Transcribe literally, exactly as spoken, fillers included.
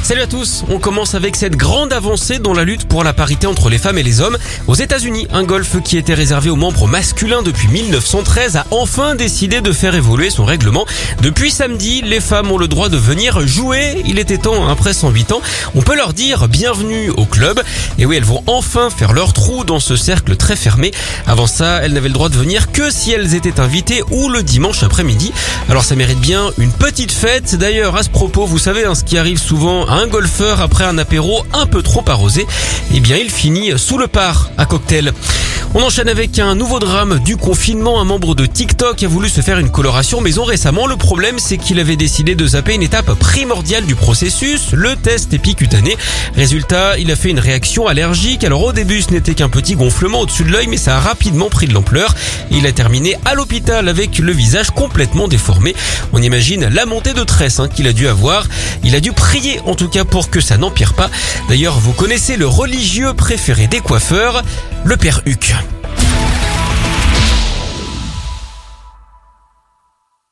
Salut à tous, on commence avec cette grande avancée dans la lutte pour la parité entre les femmes et les hommes. Aux États-Unis, un golf qui était réservé aux membres masculins depuis mille neuf cent treize a enfin décidé de faire évoluer son règlement. Depuis samedi, les femmes ont le droit de venir jouer. Il était temps, après cent huit ans, on peut leur dire bienvenue au club. Et oui, elles vont enfin faire leur trou dans ce cercle très fermé. Avant ça, elles n'avaient le droit de venir que si elles étaient invitées ou le dimanche après-midi. Alors ça mérite bien une petite fête. D'ailleurs, à ce propos, vous savez hein, ce qui arrive souvent à un golfeur après un apéro un peu trop arrosé, eh bien il finit sous le par à cocktail. On enchaîne avec un nouveau drame du confinement. Un membre de TikTok a voulu se faire une coloration maison récemment. Le problème, c'est qu'il avait décidé de zapper une étape primordiale du processus, le test épicutané. Résultat, il a fait une réaction allergique. Alors au début, ce n'était qu'un petit gonflement au-dessus de l'œil, mais ça a rapidement pris de l'ampleur. Il a terminé à l'hôpital avec le visage complètement déformé. On imagine la montée de tresse hein, qu'il a dû avoir. Il a dû prier en tout cas pour que ça n'empire pas. D'ailleurs, vous connaissez le religieux préféré des coiffeurs, le père Huc.